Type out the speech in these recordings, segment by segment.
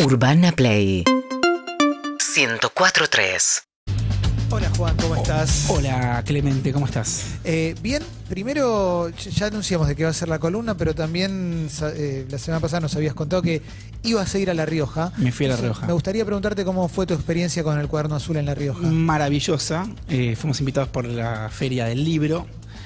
Urbana Play 104.3. Hola Juan, ¿cómo estás? Hola Clemente, ¿cómo estás? Bien, primero ya anunciamos de qué va a ser la columna, pero también la semana pasada nos habías contado que ibas a ir a La Rioja. Me fui a La Rioja. Me gustaría preguntarte cómo fue tu experiencia con el Cuaderno Azul en La Rioja. Maravillosa. Fuimos invitados por la Feria del Libro.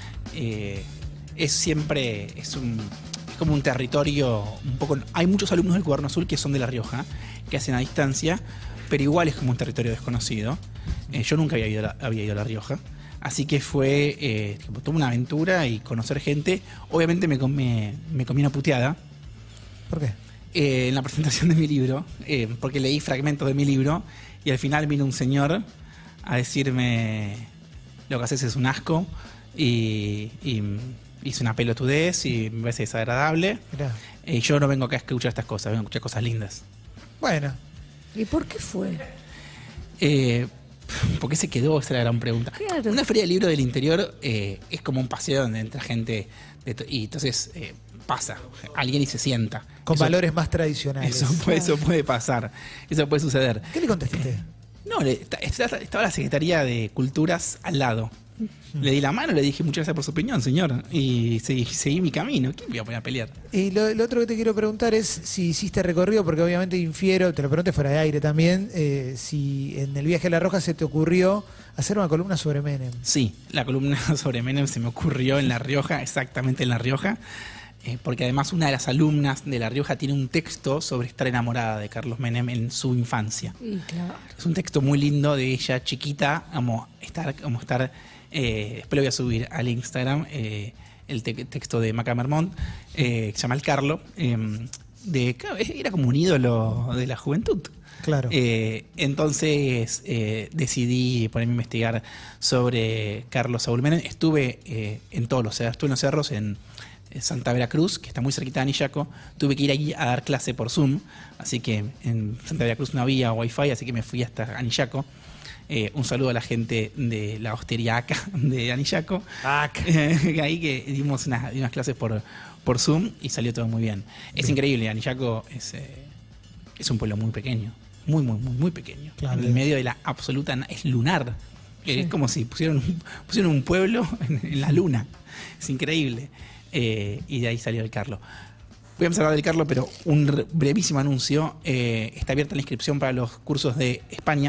Es como un territorio un poco. Hay muchos alumnos del Cuaderno Azul que son de La Rioja, que hacen a distancia, pero igual es como un territorio desconocido. Yo nunca había ido a La Rioja, así que fue toda una aventura y conocer gente. Obviamente me comí una puteada. ¿Por qué? En la presentación de mi libro, porque leí fragmentos de mi libro y al final vino un señor a decirme: lo que haces es un asco y hice una pelotudez y me parece desagradable. Yo no vengo acá a escuchar estas cosas, vengo a escuchar cosas lindas. Bueno. ¿Y por qué fue? ¿Por qué se quedó? Esa es la gran pregunta. Claro. Una feria de libro del interior es como un paseo donde entra gente y entonces pasa alguien y se sienta. Con valores más tradicionales. Eso puede pasar, eso puede suceder. ¿Qué le contestaste? No, estaba la Secretaría de Culturas al lado. Le di la mano, le dije muchas gracias por su opinión, señor. Y seguí mi camino. ¿Quién me iba a poner a pelear? Y lo otro que te quiero preguntar es si hiciste recorrido, porque obviamente infiero, te lo pregunté fuera de aire también, si en el viaje a La Rioja se te ocurrió hacer una columna sobre Menem. Sí, la columna sobre Menem se me ocurrió en La Rioja, exactamente en La Rioja. Porque además una de las alumnas de La Rioja tiene un texto sobre estar enamorada de Carlos Menem en su infancia. Y claro. Es un texto muy lindo de ella chiquita, como estar después lo voy a subir al Instagram, el texto de Maca Mermont, que se llama El Carlo, era como un ídolo de la juventud. Claro. Entonces decidí ponerme a investigar sobre Carlos Saúl Menem. Estuve en todos los cerros, estuve en los cerros en Santa Veracruz, que está muy cerquita de Anillaco. Tuve que ir allí a dar clase por Zoom, así que en Santa Veracruz no había wifi, así que me fui hasta Anillaco. Un saludo a la gente de la hostería ACA de Anillaco. Ahí que dimos unas clases por Zoom y salió todo muy bien. Es increíble, Anillaco es un pueblo muy pequeño, muy pequeño. Claro. En el medio de la absoluta, es lunar. Sí. Es como si pusieron un pueblo en la luna. Es increíble. Y de ahí salió el Carlo. Voy a empezar a hablar del Carlo, pero un brevísimo anuncio. Está abierta la inscripción para los cursos de España.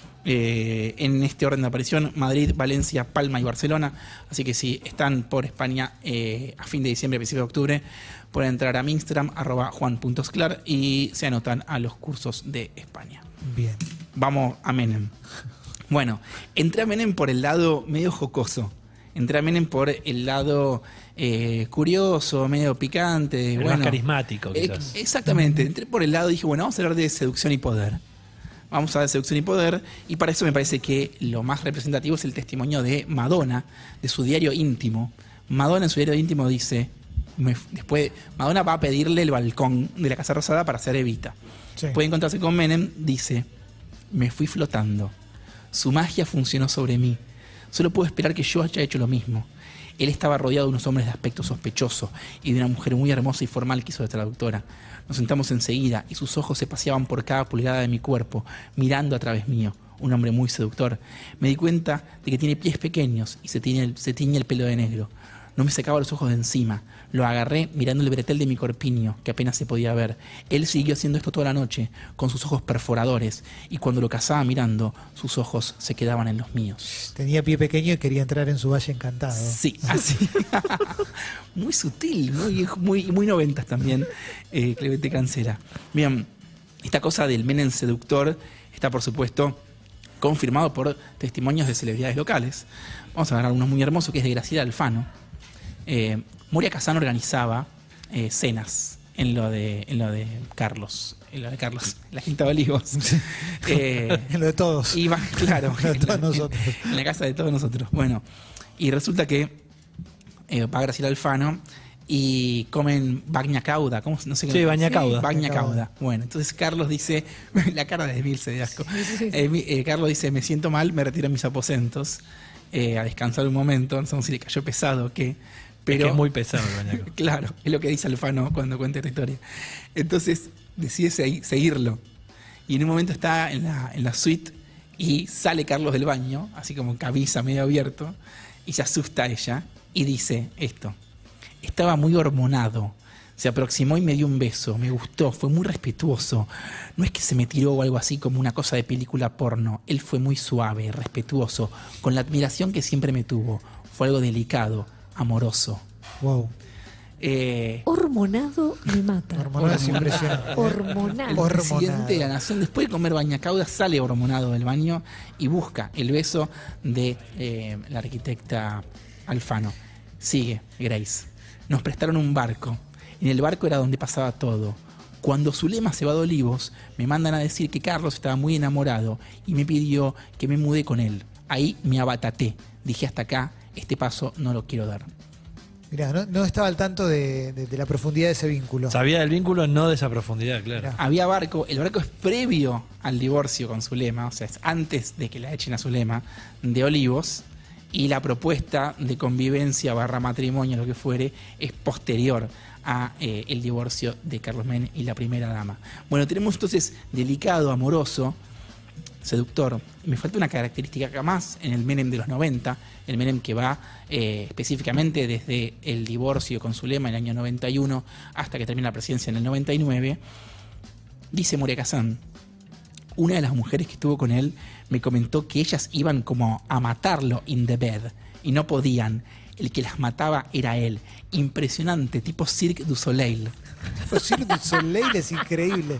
En este orden de aparición: Madrid, Valencia, Palma y Barcelona. Así que si están por España a fin de diciembre, principio de octubre, pueden entrar a mi Instagram, @juan.sclar, y se anotan a los cursos de España. Bien. Vamos a Menem. Bueno, entré a Menem por el lado medio jocoso. Entré a Menem por el lado curioso, medio picante. El más carismático, quizás. Exactamente. Entré por el lado y dije, bueno, vamos a hablar de seducción y poder. Vamos a hablar de seducción y poder. Y para eso me parece que lo más representativo es el testimonio de Madonna, de su diario íntimo. Madonna en su diario íntimo dice, después Madonna va a pedirle el balcón de la Casa Rosada para hacer Evita. Sí. Puede encontrarse con Menem, dice, me fui flotando. Su magia funcionó sobre mí. Solo puedo esperar que yo haya hecho lo mismo. Él estaba rodeado de unos hombres de aspecto sospechoso y de una mujer muy hermosa y formal que hizo de traductora. Nos sentamos enseguida y sus ojos se paseaban por cada pulgada de mi cuerpo, mirando a través mío. Un hombre muy seductor. Me di cuenta de que tiene pies pequeños y se tiñe el pelo de negro. No me sacaba los ojos de encima. Lo agarré mirando el bretel de mi corpiño, que apenas se podía ver. Él siguió haciendo esto toda la noche, con sus ojos perforadores, y cuando lo cazaba mirando, sus ojos se quedaban en los míos. Tenía pie pequeño y quería entrar en su valle encantado. Sí, así. Muy sutil, muy noventas también, Clemente Cancela. Bien, esta cosa del Menem seductor está, por supuesto, confirmado por testimonios de celebridades locales. Vamos a ver algunos muy hermosos, que es de Graciela Alfano. Moria Kazan organizaba cenas en lo de Carlos, la Quinta de Olivos. En lo de todos. Iba, claro, en lo de todos nosotros. En la casa de todos nosotros. Bueno, y resulta que va Graciela Alfano y comen bagna cauda. ¿Cómo? No sé qué. Sí, bagna cauda. Bagna cauda. Bueno, entonces Carlos dice, la cara de Emilce de asco. Sí. Carlos dice, me siento mal, me retiro a mis aposentos a descansar un momento. No sé si le cayó pesado o qué. Pero, es que es muy pesado el bañaco. Claro, es lo que dice Alfano cuando cuenta esta historia. Entonces, decide seguirlo. Y en un momento está en la suite y sale Carlos del baño, así como en camisa, medio abierto, y se asusta a ella y dice esto: estaba muy hormonado, se aproximó y me dio un beso, me gustó, fue muy respetuoso. No es que se me tiró o algo así como una cosa de película porno, él fue muy suave, respetuoso, con la admiración que siempre me tuvo. Fue algo delicado, amoroso. Wow. Hormonado me mata. Hormonado es impresionante. El Hormonado. presidente de la nación, después de comer bañacauda, sale hormonado del baño y busca el beso de la arquitecta Alfano. Sigue Grace. Nos prestaron un barco. En el barco era donde pasaba todo. Cuando Zulema se va de Olivos, me mandan a decir que Carlos estaba muy enamorado y me pidió que me mudé con él. Ahí me abataté. Dije: hasta acá, este paso no lo quiero dar. Mirá, no estaba al tanto de la profundidad de ese vínculo. Sabía del vínculo, no de esa profundidad, claro. Mirá. Había barco, el barco es previo al divorcio con Zulema, o sea, es antes de que la echen a Zulema de Olivos, y la propuesta de convivencia / matrimonio, lo que fuere, es posterior a el divorcio de Carlos Menem y la primera dama. Bueno, tenemos entonces delicado, amoroso, seductor. Me falta una característica acá más en el Menem de los 90, el Menem que va específicamente desde el divorcio con Zulema en el año 91 hasta que termina la presidencia en el 99. Dice Moria Kazan: una de las mujeres que estuvo con él me comentó que ellas iban como a matarlo in the bed y no podían. El que las mataba era él. Impresionante, tipo Cirque du Soleil. Pues Cirque du Soleil es increíble.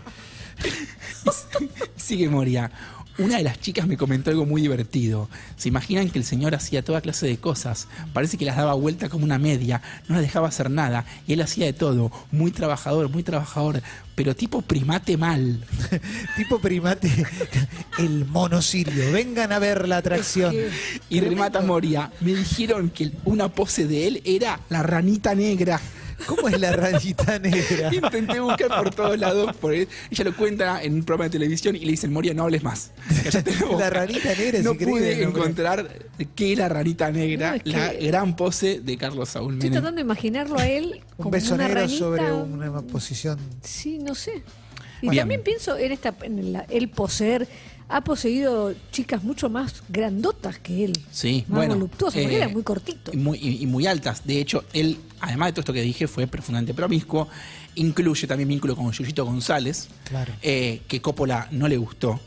Sigue Moria. Una de las chicas me comentó algo muy divertido. Se imaginan que el señor hacía toda clase de cosas. Parece que las daba vuelta como una media. No las dejaba hacer nada. Y él hacía de todo. Muy trabajador, pero tipo primate mal. Tipo primate. El mono sirio. Vengan a ver la atracción. Y remata Moria. Me dijeron que una pose de él era la ranita negra. ¿Cómo es la ranita negra? Intenté buscar por todos lados. Ella lo cuenta en un programa de televisión y le dicen: Moria, no hables más. La ranita negra es no increíble. Pude encontrar qué es la ranita negra, No, es que la gran pose de Carlos Saúl Estoy Menem. tratando de imaginarlo a él Un como beso una negro ranita. sobre una posición. Sí, no sé. Y Bueno. también pienso el poseer. Ha poseído chicas mucho más grandotas que él. Sí, más bueno. voluptuosas, porque era muy cortito. Y muy altas. De hecho, él, además de todo esto que dije, fue profundamente promiscuo. Incluye también vínculo con Yuyito González, Claro. que Coppola no le gustó.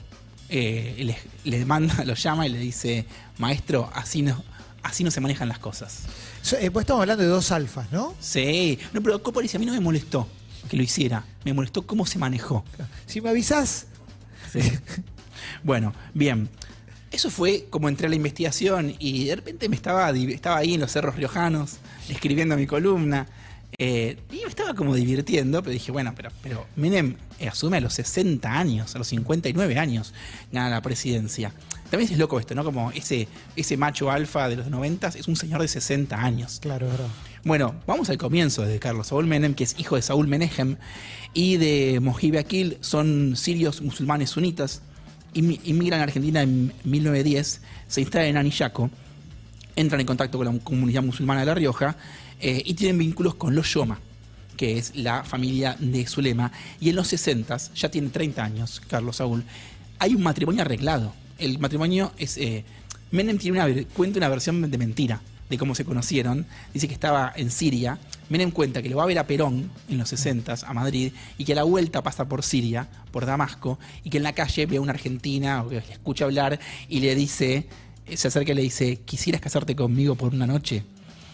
Le manda, lo llama y le dice: maestro, así no se manejan las cosas. Pues estamos hablando de dos alfas, ¿no? Sí, no, pero Coppola dice: a mí no me molestó que lo hiciera, me molestó cómo se manejó. Si me avisás. Sí. Bueno, bien. Eso fue como entré a la investigación y de repente estaba ahí en los Cerros Riojanos escribiendo mi columna y me estaba como divirtiendo, pero dije: bueno, pero Menem asume a los 60 años, a los 59 años gana la presidencia. También es loco esto, ¿no? Como ese macho alfa de los 90 es un señor de 60 años. Claro, verdad. Bueno, vamos al comienzo de Carlos Saúl Menem, que es hijo de Saúl Menehem y de Mojibe Akil. Son sirios musulmanes sunitas. Inmigran a Argentina en 1910, se instalan en Anillaco, entran en contacto con la comunidad musulmana de La Rioja y tienen vínculos con los Yoma, que es la familia de Zulema. Y en los 60, ya tiene 30 años, Carlos Saúl, hay un matrimonio arreglado. El matrimonio es... Menem cuenta una versión de mentira de cómo se conocieron. Dice que estaba en Siria. Menem cuenta que lo va a ver a Perón en los 60 a Madrid y que a la vuelta pasa por Siria, por Damasco, y que en la calle ve a una argentina o que le escucha hablar y le dice, se acerca y le dice: ¿quisieras casarte conmigo por una noche?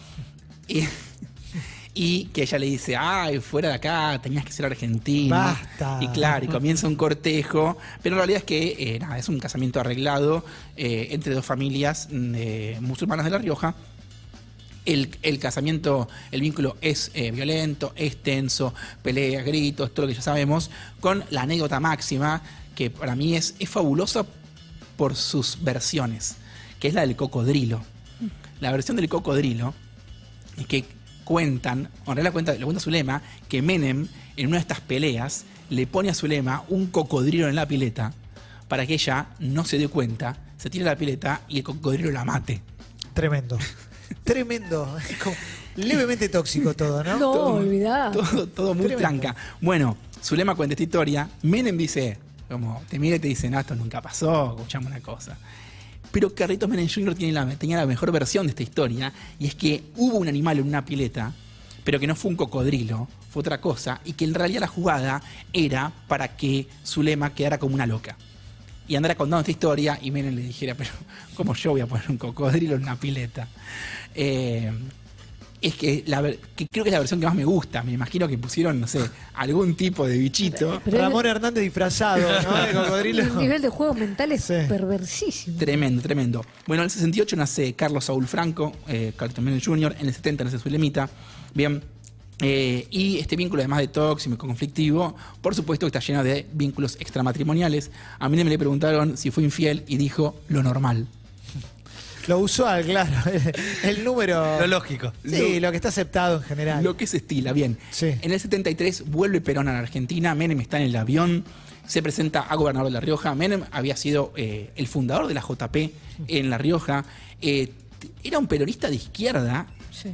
Y que ella le dice: ay, fuera de acá, tenías que ser argentino. Basta. Y claro, y comienza un cortejo, pero en realidad es que es un casamiento arreglado entre dos familias musulmanas de La Rioja. El casamiento, el vínculo es violento, es tenso, peleas, gritos, todo lo que ya sabemos, con la anécdota máxima, que para mí es fabulosa por sus versiones, que es la del cocodrilo. La versión del cocodrilo es que cuentan, o en realidad lo cuenta Zulema, que Menem, en una de estas peleas, le pone a Zulema un cocodrilo en la pileta para que ella no se dé cuenta, se tire a la pileta y el cocodrilo la mate. Tremendo. Tremendo. Es como levemente tóxico todo, ¿no? No, olvidá. Todo muy Tremendo. tranca. Bueno, Zulema cuenta esta historia, Menem dice, como te mira y te dice, no, esto nunca pasó, escuchame una cosa. Pero Carlitos Menem Jr. tenía la mejor versión de esta historia, y es que hubo un animal en una pileta, pero que no fue un cocodrilo, fue otra cosa, y que en realidad la jugada era para que Zulema quedara como una loca. Y andara contando esta historia, y Menem le dijera, pero ¿cómo yo voy a poner un cocodrilo en una pileta? Es que creo que es la versión que más me gusta. Me imagino que pusieron, no sé, algún tipo de bichito. Pero Ramón Hernández disfrazado, ¿no? De cocodrilo. el nivel de juegos mentales Sí. perversísimo. Tremendo, tremendo. Bueno, en el 68 nace Carlos Saúl Franco, Carlitos Menem Jr., en el 70 nace Zulemita. Bien. Y este vínculo, además de tóxico y conflictivo, por supuesto que está lleno de vínculos extramatrimoniales. A mí me le preguntaron si fue infiel y dijo lo normal. Lo usual, claro. El número. Lo lógico. Sí, lo que está aceptado en general. Lo que se estila, bien. Sí. En el 73 vuelve Perón a la Argentina, Menem está en el avión, se presenta a gobernador de La Rioja. Menem había sido el fundador de la JP en La Rioja. Era un peronista de izquierda, Sí.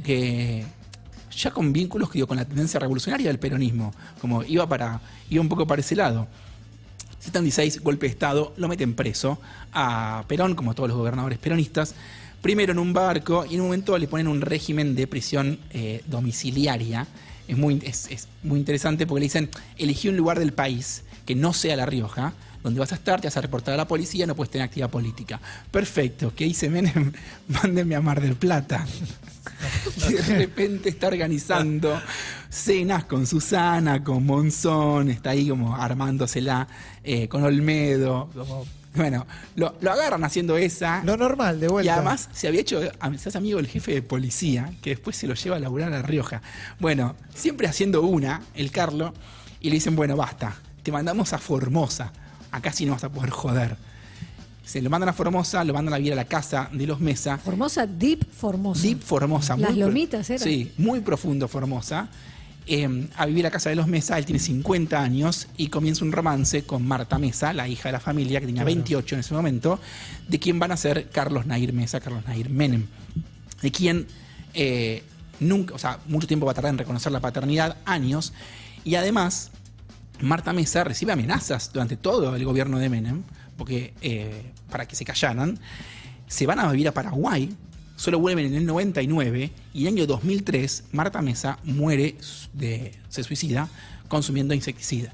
ya con vínculos con la tendencia revolucionaria del peronismo, como iba un poco para ese lado. 76, golpe de Estado, lo meten preso a Perón, como todos los gobernadores peronistas, primero en un barco, y en un momento le ponen un régimen de prisión domiciliaria. Es muy interesante porque le dicen, elegí un lugar del país que no sea La Rioja, donde vas a estar, te vas a reportar a la policía, no puedes tener actividad política. Perfecto, ¿qué dice Menem? Mándenme a Mar del Plata. Y de repente está organizando cenas con Susana, con Monzón, está ahí como armándosela con Olmedo. Bueno, lo agarran haciendo esa. Lo normal, de vuelta. Y además se hace amigo del jefe de policía, que después se lo lleva a laburar a La Rioja. Bueno, siempre haciendo el Carlo, y le dicen, bueno, basta, te mandamos a Formosa. Acá sí no vas a poder joder. Se lo mandan a Formosa, lo mandan a vivir a la casa de los Mesa. Formosa, Deep Formosa. Deep Formosa. Las lomitas eran. Sí, muy profundo Formosa. A vivir a la casa de los Mesa. Él tiene 50 años y comienza un romance con Marta Mesa, la hija de la familia, que tenía 28 en ese momento, de quien van a ser Carlos Nair Mesa, Carlos Nair Menem. De quien nunca, o sea, mucho tiempo va a tardar en reconocer la paternidad, años. Y además, Marta Mesa recibe amenazas durante todo el gobierno de Menem, porque para que se callaran. Se van a vivir a Paraguay, solo vuelven en el 99, y en el año 2003 Marta Mesa se suicida consumiendo insecticida.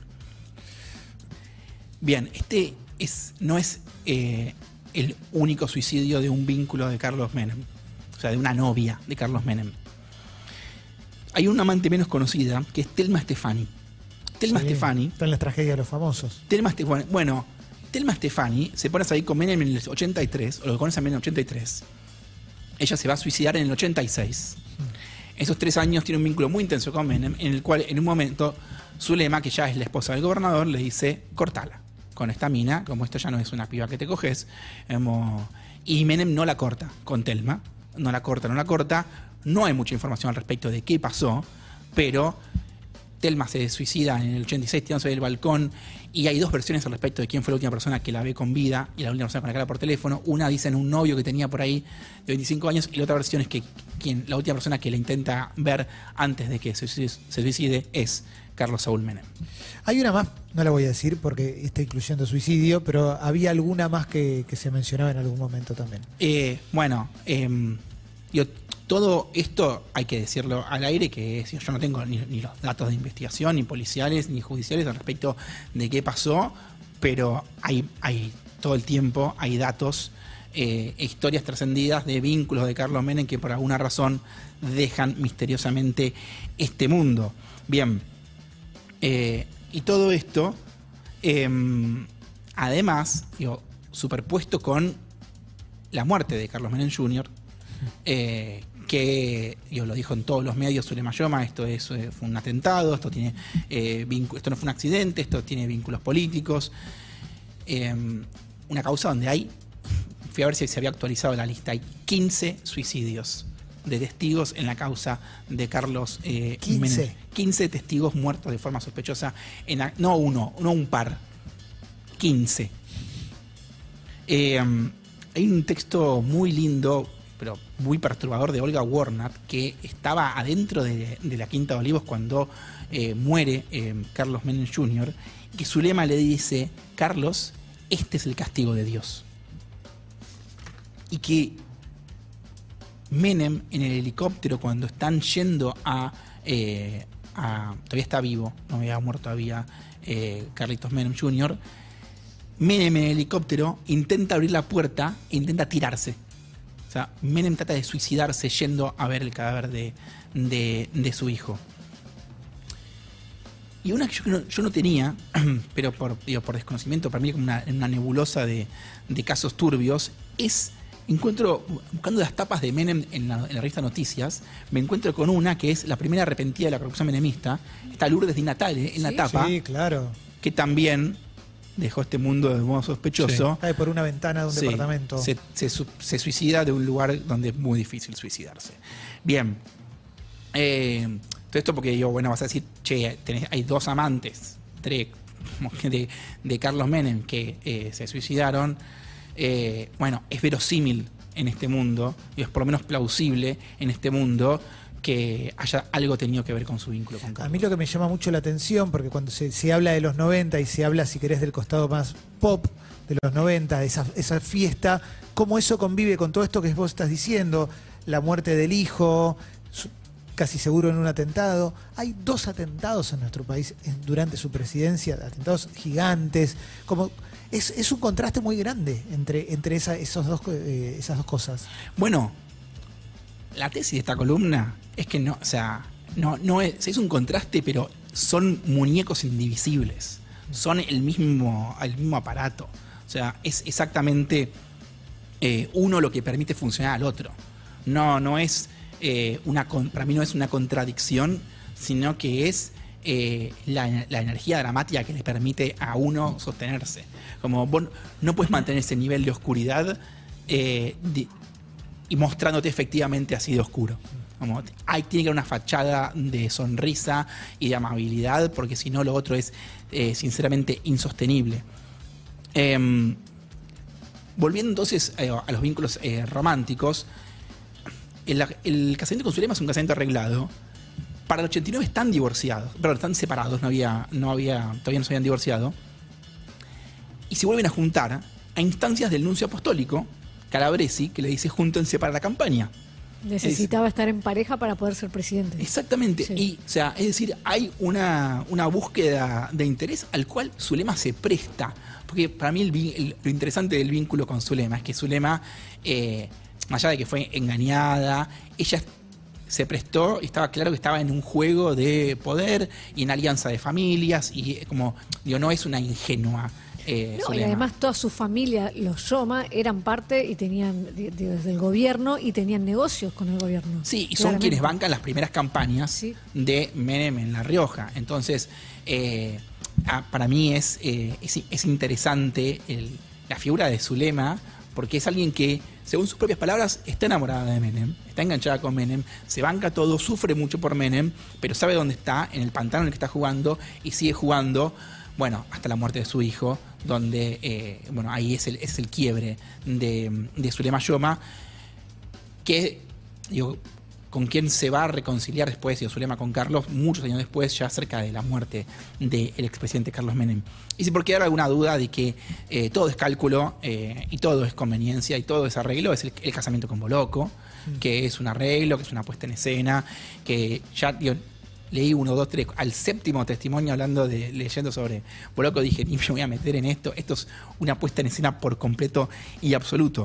Bien, no es el único suicidio de un vínculo de Carlos Menem, o sea, de una novia de Carlos Menem. Hay una amante menos conocida, que es Telma Stefani. Telma Stefani. Está en las tragedias de los famosos. Telma Stefani se pone a salir con Menem en el 83, o lo conoce a Menem en el 83. Ella se va a suicidar en el 86. Esos 3 años tiene un vínculo muy intenso con Menem, en el cual en un momento Zulema, que ya es la esposa del gobernador, le dice, cortala con esta mina, como esto ya no es una piba que te coges. Y Menem no la corta con Telma, no la corta. No hay mucha información al respecto de qué pasó, pero Telma se suicida en el 86 tirándose del balcón, y hay 2 versiones al respecto de quién fue la última persona que la ve con vida y la última persona con la que habla por teléfono. Una dicen un novio que tenía por ahí de 25 años, y la otra versión es que la última persona que la intenta ver antes de que se suicide es Carlos Saúl Menem. Hay una más, no la voy a decir porque está incluyendo suicidio, pero había alguna más que se mencionaba en algún momento también. Todo esto hay que decirlo al aire, que yo no tengo ni los datos de investigación, ni policiales, ni judiciales al respecto de qué pasó, pero hay todo el tiempo, hay datos, historias trascendidas de vínculos de Carlos Menem que por alguna razón dejan misteriosamente este mundo. Bien, y todo esto, además, superpuesto con la muerte de Carlos Menem Jr., que lo dijo en todos los medios Zulema Yoma, esto fue un atentado, esto no fue un accidente, esto tiene vínculos políticos. Una causa donde fui a ver si se había actualizado la lista, hay 15 suicidios de testigos en la causa de Carlos Menem. 15 testigos muertos de forma sospechosa, no un par, 15. Hay un texto muy lindo pero muy perturbador, de Olga Warnat, que estaba adentro de la Quinta de Olivos cuando muere Carlos Menem Jr., que Zulema le dice: Carlos, este es el castigo de Dios. Y que Menem en el helicóptero, cuando están yendo todavía está vivo, no había muerto todavía Carlitos Menem Jr., Menem en el helicóptero intenta abrir la puerta e intenta tirarse. O sea, Menem trata de suicidarse yendo a ver el cadáver de su hijo. Y una que yo no tenía, pero por desconocimiento, para mí como una nebulosa de casos turbios, encuentro, buscando las tapas de Menem en la revista Noticias, me encuentro con una que es la primera arrepentida de la corrupción menemista. Está Lourdes Di Natale en la tapa, Sí, claro. que también dejó este mundo de modo sospechoso. Cae por una ventana de un departamento. Se suicida de un lugar donde es muy difícil suicidarse. Bien. Todo esto porque digo, bueno, vas a decir, che, hay 2 amantes, 3, de Carlos Menem que se suicidaron. Bueno, es verosímil en este mundo, y es por lo menos plausible en este mundo que haya algo tenido que ver con su vínculo con Carlos. A mí lo que me llama mucho la atención, porque cuando se habla de los 90 y se habla, si querés, del costado más pop de los 90, de esa fiesta, cómo eso convive con todo esto que vos estás diciendo, la muerte del hijo, casi seguro en un atentado. Hay 2 atentados en nuestro país durante su presidencia, atentados gigantes, como... Es un contraste muy grande entre esas dos cosas. Bueno, la tesis de esta columna es que no, o sea, no es un contraste, pero son muñecos indivisibles. Son el mismo aparato. O sea, es exactamente uno lo que permite funcionar al otro. No es para mí no es una contradicción, sino que es la energía dramática que le permite a uno sostenerse. Como vos no puedes mantener ese nivel de oscuridad y mostrándote efectivamente así de oscuro. Como tiene que haber una fachada de sonrisa y de amabilidad, porque si no lo otro es sinceramente insostenible. Volviendo entonces a los vínculos románticos, el casamiento con Zulema es un casamiento arreglado. Para el 89 están divorciados, perdón, están separados, todavía no se habían divorciado. Y se vuelven a juntar a instancias del nuncio apostólico, Calabresi, que le dice: júntense para la campaña. Necesitaba estar en pareja para poder ser presidente. Exactamente. Sí. Y, o sea, es decir, hay una búsqueda de interés al cual Zulema se presta. Porque para mí lo interesante del vínculo con Zulema es que Zulema, más allá de que fue engañada, ella se prestó y estaba claro que estaba en un juego de poder y en alianza de familias, y como, digo, no es una ingenua. No, y además toda su familia, los Yoma, eran parte y tenían desde el gobierno y tenían negocios con el gobierno. Sí, y son quienes bancan las primeras campañas de Menem en La Rioja. Entonces, para mí es interesante la figura de Zulema, porque es alguien que, según sus propias palabras, está enamorada de Menem, está enganchada con Menem, se banca todo, sufre mucho por Menem, pero sabe dónde está, en el pantano en el que está jugando, y sigue jugando, bueno, hasta la muerte de su hijo, donde, ahí es el quiebre de Zulema Yoma, que, digo, con quien se va a reconciliar después, Zulema con Carlos, muchos años después, ya cerca de la muerte del expresidente Carlos Menem. Y si por quedar alguna duda de que todo es cálculo y todo es conveniencia y todo es arreglo, es el casamiento con Boloco, que es un arreglo, que es una puesta en escena, que ya leí 1, 2, 3, al 7º testimonio leyendo sobre Boloco, dije, ni me voy a meter en esto es una puesta en escena por completo y absoluto.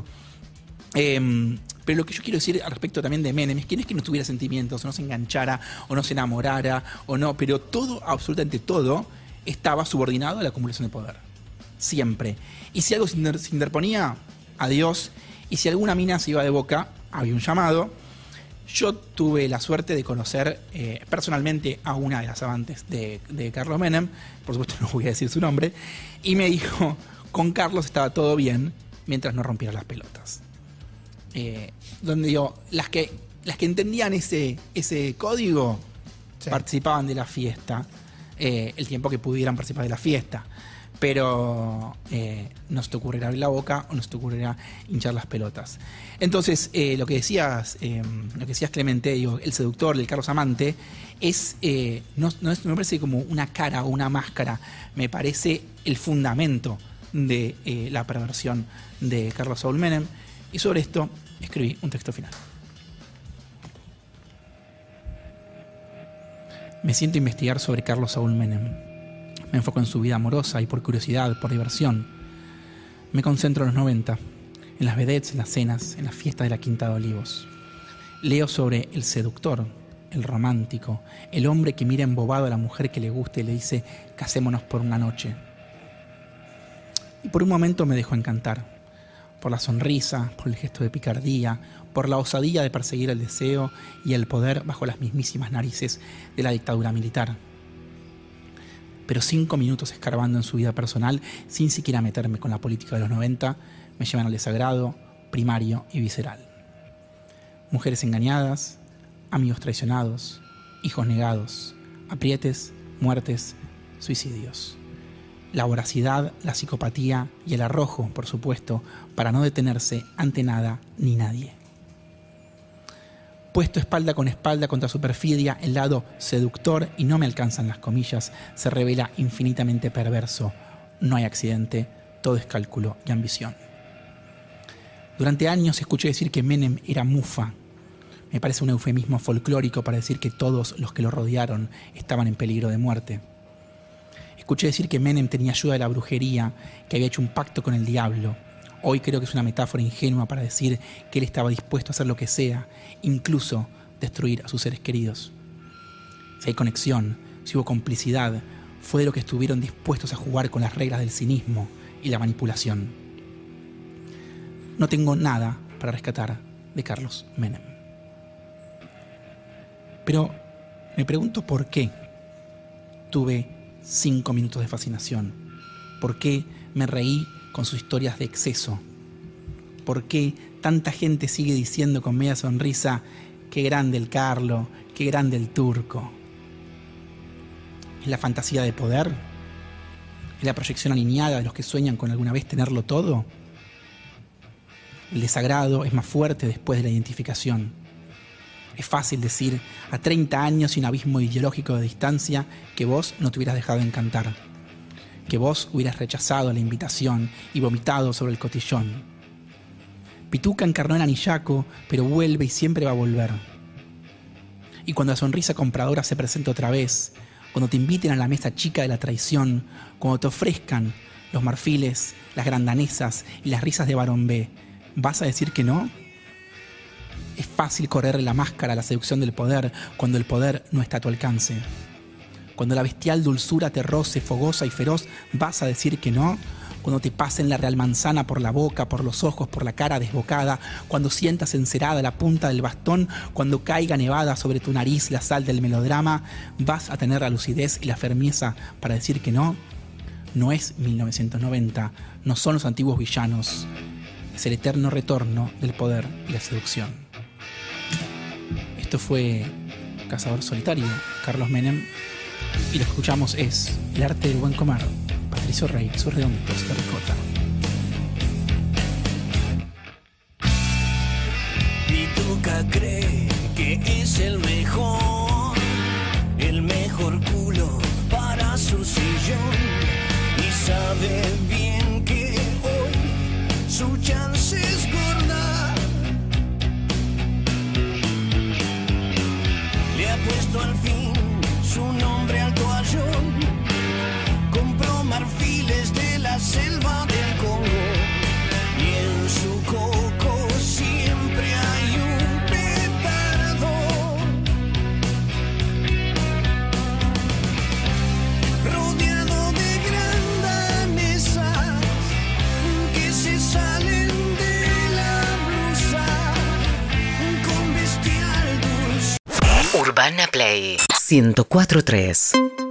Pero lo que yo quiero decir al respecto también de Menem es que no es que no tuviera sentimientos, o no se enganchara, o no se enamorara, o no, pero todo, absolutamente todo, estaba subordinado a la acumulación de poder. Siempre. Y si algo se interponía, adiós. Y si alguna mina se iba de boca, había un llamado. Yo tuve la suerte de conocer personalmente a una de las amantes de Carlos Menem, por supuesto no voy a decir su nombre, y me dijo, con Carlos estaba todo bien mientras no rompiera las pelotas. Donde digo, las que entendían ese código participaban de la fiesta, el tiempo que pudieran participar de la fiesta. pero no se te ocurrirá abrir la boca o no se te ocurrirá hinchar las pelotas. Entonces, lo que decías Clemente, digo, el seductor del Carlos Amante, no me parece como una cara o una máscara, me parece el fundamento de la perversión de Carlos Saúl Menem, y sobre esto escribí un texto final. Me siento a investigar sobre Carlos Saúl Menem. Me enfoco en su vida amorosa y por curiosidad, por diversión. Me concentro en los 90, en las vedettes, en las cenas, en las fiestas de la Quinta de Olivos. Leo sobre el seductor, el romántico, el hombre que mira embobado a la mujer que le gusta y le dice casémonos por una noche. Y por un momento me dejo encantar, por la sonrisa, por el gesto de picardía, por la osadía de perseguir el deseo y el poder bajo las mismísimas narices de la dictadura militar. Pero 5 minutos escarbando en su vida personal, sin siquiera meterme con la política de los 90, me llevan al desagrado primario y visceral. Mujeres engañadas, amigos traicionados, hijos negados, aprietes, muertes, suicidios. La voracidad, la psicopatía y el arrojo, por supuesto, para no detenerse ante nada ni nadie. Puesto espalda con espalda contra su perfidia, el lado seductor, y no me alcanzan las comillas, se revela infinitamente perverso. No hay accidente, todo es cálculo y ambición. Durante años escuché decir que Menem era mufa. Me parece un eufemismo folclórico para decir que todos los que lo rodearon estaban en peligro de muerte. Escuché decir que Menem tenía ayuda de la brujería, que había hecho un pacto con el diablo. Hoy creo que es una metáfora ingenua para decir que él estaba dispuesto a hacer lo que sea, incluso destruir a sus seres queridos. Si hay conexión, si hubo complicidad, fue de lo que estuvieron dispuestos a jugar con las reglas del cinismo y la manipulación. No tengo nada para rescatar de Carlos Menem. Pero me pregunto por qué tuve 5 minutos de fascinación. ¿Por qué me reí con sus historias de exceso? ¿Por qué tanta gente sigue diciendo con media sonrisa qué grande el Carlo, qué grande el Turco? ¿Es la fantasía de poder? ¿Es la proyección alineada de los que sueñan con alguna vez tenerlo todo? El desagrado es más fuerte después de la identificación. Es fácil decir a 30 años y un abismo ideológico de distancia que vos no te hubieras dejado encantar, que vos hubieras rechazado la invitación y vomitado sobre el cotillón. Pituca encarnó en Anillaco, pero vuelve y siempre va a volver. Y cuando la sonrisa compradora se presente otra vez, cuando te inviten a la mesa chica de la traición, cuando te ofrezcan los marfiles, las grandanesas y las risas de Barón B, ¿vas a decir que no? Es fácil correrle la máscara a la seducción del poder cuando el poder no está a tu alcance. Cuando la bestial dulzura te roce, fogosa y feroz, ¿vas a decir que no? Cuando te pasen la real manzana por la boca, por los ojos, por la cara desbocada, cuando sientas encerada la punta del bastón, cuando caiga nevada sobre tu nariz la sal del melodrama, ¿vas a tener la lucidez y la firmeza para decir que no? No es 1990, no son los antiguos villanos, es el eterno retorno del poder y la seducción. Esto fue Cazador Solitario, Carlos Menem, y lo que escuchamos es El arte del buen comer, Patricio Rey, sus redonditos de ricota. Pituca cree que es el mejor culo para su sillón, y sabe bien que hoy su chance es gorda. Le ha puesto al fin su nombre al toallón, compró marfiles de la selva del Congo, y en su coco siempre hay un petardo. Rodeado de grandanesas que se salen de la blusa con bestial dulce. Urbana Play 104.3